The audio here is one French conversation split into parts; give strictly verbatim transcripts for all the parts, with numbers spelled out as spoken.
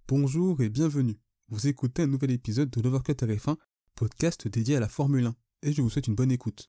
Bonjour et bienvenue. Vous écoutez un nouvel épisode de l'Overcut R F un, podcast dédié à la Formule un, et je vous souhaite une bonne écoute.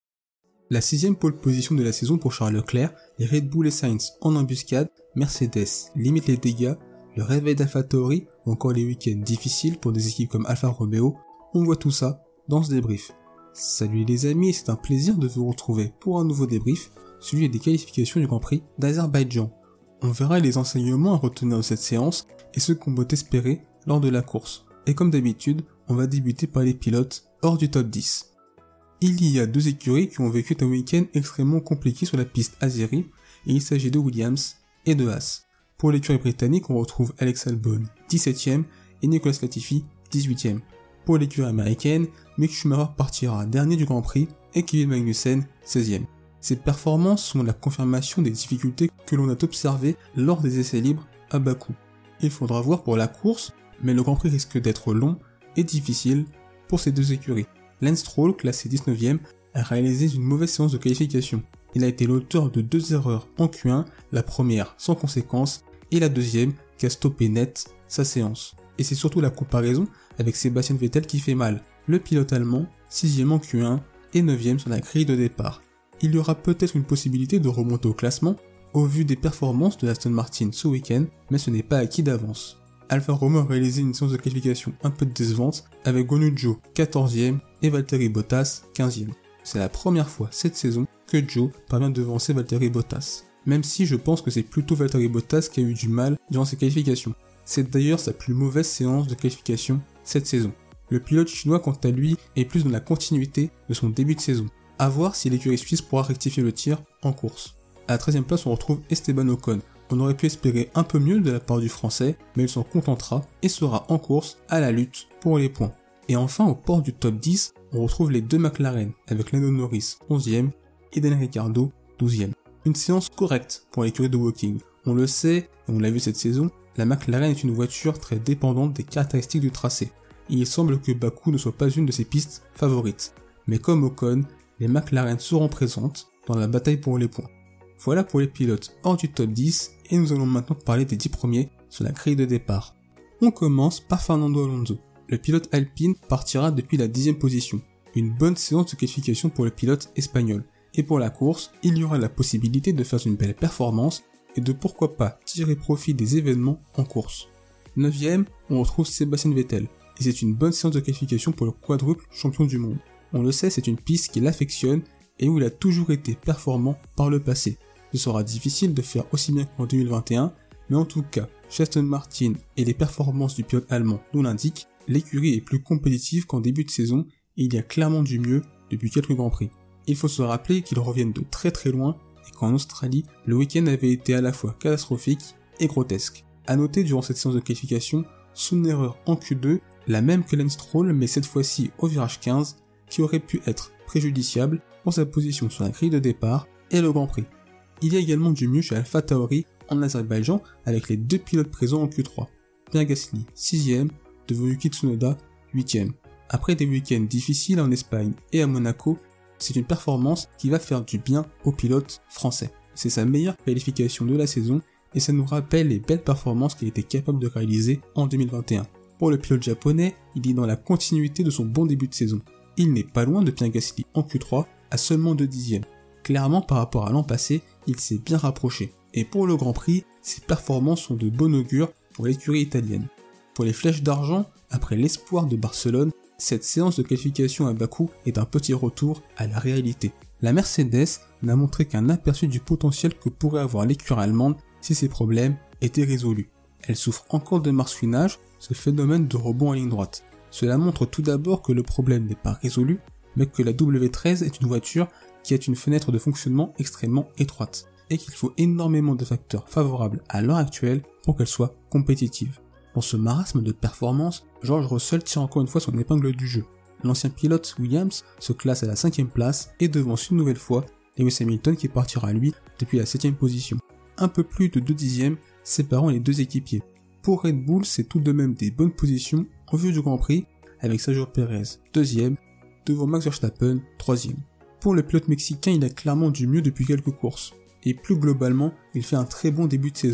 La sixième pole position de la saison pour Charles Leclerc, les Red Bull et Sainz en embuscade, Mercedes limite les dégâts, le réveil d'AlphaTauri ou encore les week-ends difficiles pour des équipes comme Alfa Romeo, on voit tout ça dans ce débrief. Salut les amis, c'est un plaisir de vous retrouver pour un nouveau débrief, celui des qualifications du Grand Prix d'Azerbaïdjan. On verra les enseignements à retenir de cette séance et ce qu'on peut espérer lors de la course. Et comme d'habitude, on va débuter par les pilotes hors du top dix. Il y a deux écuries qui ont vécu un week-end extrêmement compliqué sur la piste Azeri, et il s'agit de Williams et de Haas. Pour l'écurie britannique, on retrouve Alex Albon, dix-septième, et Nicolas Latifi, dix-huitième. Pour l'écurie américaine, Mick Schumacher partira dernier du Grand Prix et Kevin Magnussen, seizième. Ces performances sont la confirmation des difficultés que l'on a observées lors des essais libres à Bakou. Il faudra voir pour la course, mais le Grand Prix risque d'être long et difficile pour ces deux écuries. Lance Stroll, classé dix-neuvième, a réalisé une mauvaise séance de qualification. Il a été l'auteur de deux erreurs en Q un, la première sans conséquence et la deuxième qui a stoppé net sa séance. Et c'est surtout la comparaison avec Sebastian Vettel qui fait mal. Le pilote allemand, sixième en Q un et neuvième sur la grille de départ. Il y aura peut-être une possibilité de remonter au classement au vu des performances de Aston Martin ce week-end, mais ce n'est pas acquis d'avance. Alfa Romeo a réalisé une séance de qualification un peu décevante avec Guan Yu Zhou quatorzième et Valtteri Bottas quinzième. C'est la première fois cette saison que Zhou parvient de devancer Valtteri Bottas, même si je pense que c'est plutôt Valtteri Bottas qui a eu du mal durant ses qualifications. C'est d'ailleurs sa plus mauvaise séance de qualification cette saison. Le pilote chinois quant à lui est plus dans la continuité de son début de saison. A voir si l'écurie suisse pourra rectifier le tir en course. À la treizième place, on retrouve Esteban Ocon. On aurait pu espérer un peu mieux de la part du français, mais il s'en contentera et sera en course à la lutte pour les points. Et enfin, au port du top dix, on retrouve les deux McLaren, avec Lando Norris onzième et Daniel Ricciardo douzième. Une séance correcte pour l'écurie de Woking. On le sait, et on l'a vu cette saison, la McLaren est une voiture très dépendante des caractéristiques du tracé. Et il semble que Bakou ne soit pas une de ses pistes favorites. Mais comme Ocon, les McLaren seront présentes dans la bataille pour les points. Voilà pour les pilotes hors du top dix, et nous allons maintenant parler des dix premiers sur la grille de départ. On commence par Fernando Alonso. Le pilote Alpine partira depuis la dixième position. Une bonne séance de qualification pour le pilote espagnol. Et pour la course, il y aura la possibilité de faire une belle performance et de pourquoi pas tirer profit des événements en course. neuvième, on retrouve Sebastian Vettel, et c'est une bonne séance de qualification pour le quadruple champion du monde. On le sait, c'est une piste qu'il affectionne et où il a toujours été performant par le passé. Ce sera difficile de faire aussi bien qu'en deux mille vingt et un, mais en tout cas, chez Aston Martin et les performances du pilote allemand nous l'indiquent, l'écurie est plus compétitive qu'en début de saison et il y a clairement du mieux depuis quelques Grands Prix. Il faut se rappeler qu'ils reviennent de très très loin et qu'en Australie, le week-end avait été à la fois catastrophique et grotesque. A noter durant cette séance de qualification, son erreur en Q deux, la même que Lance Stroll mais cette fois-ci au virage quinze, qui aurait pu être préjudiciable pour sa position sur la grille de départ et le Grand Prix. Il y a également du mieux chez AlphaTauri en Azerbaïdjan avec les deux pilotes présents en Q trois. Pierre Gasly, sixième, devant Yuki Tsunoda, huitième. Après des week-ends difficiles en Espagne et à Monaco, c'est une performance qui va faire du bien aux pilotes français. C'est sa meilleure qualification de la saison et ça nous rappelle les belles performances qu'il était capable de réaliser en deux mille vingt et un. Pour le pilote japonais, il est dans la continuité de son bon début de saison. Il n'est pas loin de Pierre Gasly en Q trois à seulement deux dixièmes. Clairement par rapport à l'an passé, il s'est bien rapproché. Et pour le Grand Prix, ses performances sont de bon augure pour l'écurie italienne. Pour les flèches d'argent, après l'espoir de Barcelone, cette séance de qualification à Bakou est un petit retour à la réalité. La Mercedes n'a montré qu'un aperçu du potentiel que pourrait avoir l'écurie allemande si ses problèmes étaient résolus. Elle souffre encore de marsouinage, ce phénomène de rebond en ligne droite. Cela montre tout d'abord que le problème n'est pas résolu, mais que la W treize est une voiture qui a une fenêtre de fonctionnement extrêmement étroite, et qu'il faut énormément de facteurs favorables à l'heure actuelle pour qu'elle soit compétitive. Dans ce marasme de performance, George Russell tire encore une fois son épingle du jeu. L'ancien pilote Williams se classe à la cinquième place et devance une nouvelle fois Lewis Hamilton qui partira lui depuis la septième position. Un peu plus de deux dixièmes séparant les deux équipiers. Pour Red Bull, c'est tout de même des bonnes positions en vue du Grand Prix, avec Sergio Pérez deuxième, devant Max Verstappen troisième. Pour le pilote mexicain, il a clairement du mieux depuis quelques courses, et plus globalement, il fait un très bon début de saison.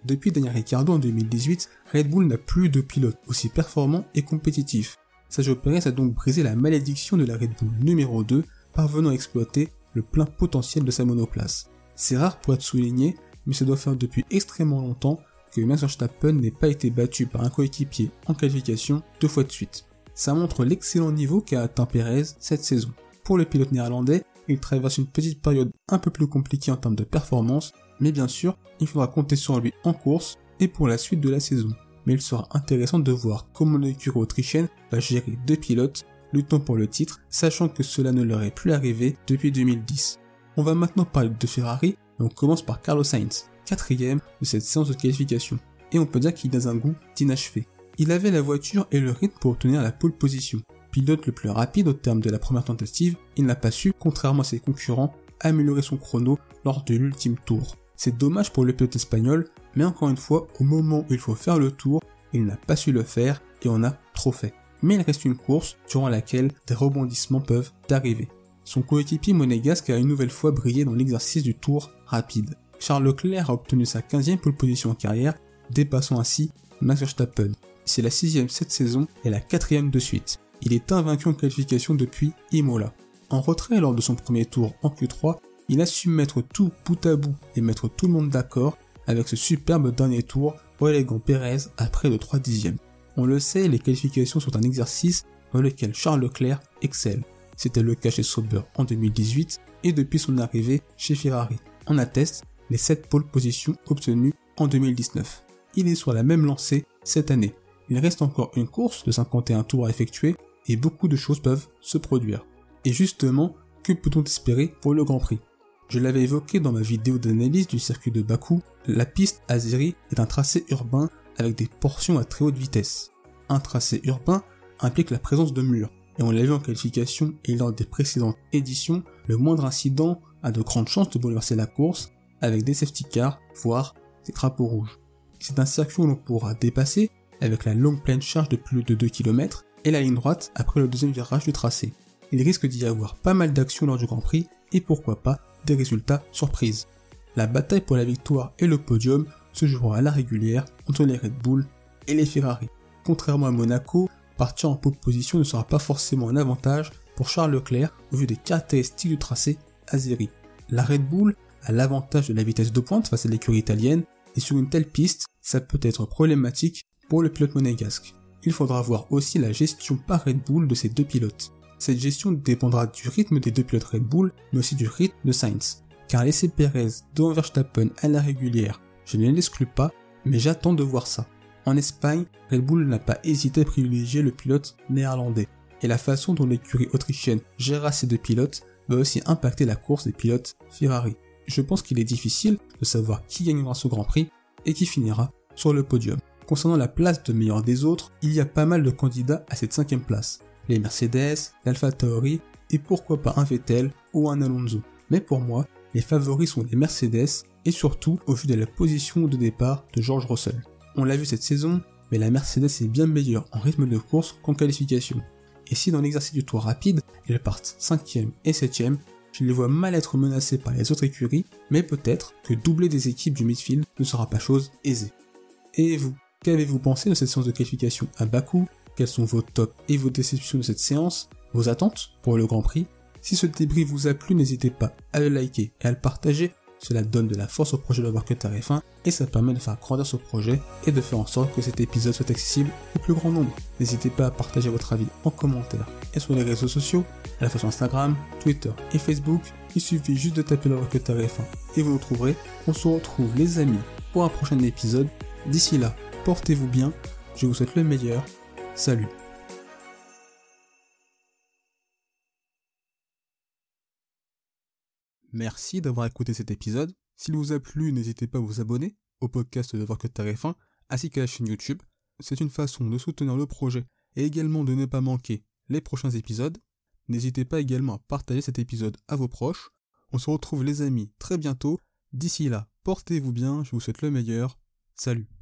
Depuis Daniel Ricciardo en deux mille dix-huit, Red Bull n'a plus de pilote aussi performant et compétitif. Sergio Pérez a donc brisé la malédiction de la Red Bull numéro deux, parvenant à exploiter le plein potentiel de sa monoplace. C'est rare pour être souligné, mais ça doit faire depuis extrêmement longtemps que Max Verstappen n'ait pas été battu par un coéquipier en qualification deux fois de suite. Ça montre l'excellent niveau qu'a atteint Pérez cette saison. Pour le pilote néerlandais, il traverse une petite période un peu plus compliquée en termes de performance, mais bien sûr, il faudra compter sur lui en course et pour la suite de la saison. Mais il sera intéressant de voir comment l'écurie autrichienne va gérer deux pilotes luttant pour le titre, sachant que cela ne leur est plus arrivé depuis deux mille dix. On va maintenant parler de Ferrari, et on commence par Carlos Sainz, quatrième de cette séance de qualification, et on peut dire qu'il a un goût d'inachevé. Il avait la voiture et le rythme pour obtenir la pole position. Pilote le plus rapide au terme de la première tentative, il n'a pas su, contrairement à ses concurrents, améliorer son chrono lors de l'ultime tour. C'est dommage pour le pilote espagnol, mais encore une fois, au moment où il faut faire le tour, il n'a pas su le faire et on a trop fait. Mais il reste une course durant laquelle des rebondissements peuvent arriver. Son coéquipier monégasque a une nouvelle fois brillé dans l'exercice du tour rapide. Charles Leclerc a obtenu sa quinzième pole position en carrière, dépassant ainsi Max Verstappen. C'est la sixième cette saison et la quatrième de suite. Il est invaincu en qualification depuis Imola. En retrait lors de son premier tour en Q trois, il a su mettre tout bout à bout et mettre tout le monde d'accord avec ce superbe dernier tour reléguant Pérez à près de trois dixièmes. On le sait, les qualifications sont un exercice dans lequel Charles Leclerc excelle. C'était le cas chez Sauber en deux mille dix-huit et depuis son arrivée chez Ferrari. On atteste les sept pole positions obtenues en deux mille dix-neuf. Il est sur la même lancée cette année. Il reste encore une course de cinquante et un tours à effectuer et beaucoup de choses peuvent se produire. Et justement, que peut-on espérer pour le Grand Prix ? Je l'avais évoqué dans ma vidéo d'analyse du circuit de Bakou, la piste Azeri est un tracé urbain avec des portions à très haute vitesse. Un tracé urbain implique la présence de murs, et on l'a vu en qualification et lors des précédentes éditions, le moindre incident a de grandes chances de bouleverser la course avec des safety cars, voire des drapeaux rouges. C'est un circuit où l'on pourra dépasser avec la longue pleine charge de plus de deux kilomètres et la ligne droite après le deuxième virage du tracé. Il risque d'y avoir pas mal d'actions lors du Grand Prix et pourquoi pas des résultats surprises. La bataille pour la victoire et le podium se jouera à la régulière entre les Red Bull et les Ferrari. Contrairement à Monaco, partir en pole position ne sera pas forcément un avantage pour Charles Leclerc au vu des caractéristiques du tracé Azeri. La Red Bull a l'avantage de la vitesse de pointe face à l'écurie italienne et sur une telle piste, ça peut être problématique pour le pilote monégasque. Il faudra voir aussi la gestion par Red Bull de ces deux pilotes. Cette gestion dépendra du rythme des deux pilotes Red Bull, mais aussi du rythme de Sainz. Car laisser Pérez devant Verstappen à la régulière, je ne l'exclus pas, mais j'attends de voir ça. En Espagne, Red Bull n'a pas hésité à privilégier le pilote néerlandais. Et la façon dont l'écurie autrichienne gérera ces deux pilotes va aussi impacter la course des pilotes Ferrari. Je pense qu'il est difficile de savoir qui gagnera ce Grand Prix et qui finira sur le podium. Concernant la place de meilleur des autres, il y a pas mal de candidats à cette cinquième place. Les Mercedes, l'Alpha Tauri et pourquoi pas un Vettel ou un Alonso. Mais pour moi, les favoris sont les Mercedes et surtout au vu de la position de départ de George Russell. On l'a vu cette saison, mais la Mercedes est bien meilleure en rythme de course qu'en qualification. Et si dans l'exercice du tour rapide, ils partent cinquième et septième, je les vois mal être menacés par les autres écuries, mais peut-être que doubler des équipes du midfield ne sera pas chose aisée. Et vous, qu'avez-vous pensé de cette séance de qualification à Bakou ? Quels sont vos tops et vos déceptions de cette séance ? Vos attentes pour le Grand Prix ? Si ce débrief vous a plu, n'hésitez pas à le liker et à le partager. Cela donne de la force au projet de Overcut R F un et ça permet de faire grandir ce projet et de faire en sorte que cet épisode soit accessible au plus grand nombre. N'hésitez pas à partager votre avis en commentaire et sur les réseaux sociaux, à la fois sur Instagram, Twitter et Facebook. Il suffit juste de taper l'Overcut R F un et vous nous trouverez. On se retrouve les amis pour un prochain épisode. D'ici là, portez-vous bien, je vous souhaite le meilleur. Salut. Merci d'avoir écouté cet épisode. S'il vous a plu, n'hésitez pas à vous abonner au podcast de Overcut R F un ainsi qu'à la chaîne YouTube. C'est une façon de soutenir le projet et également de ne pas manquer les prochains épisodes. N'hésitez pas également à partager cet épisode à vos proches. On se retrouve les amis très bientôt. D'ici là, portez-vous bien, je vous souhaite le meilleur. Salut.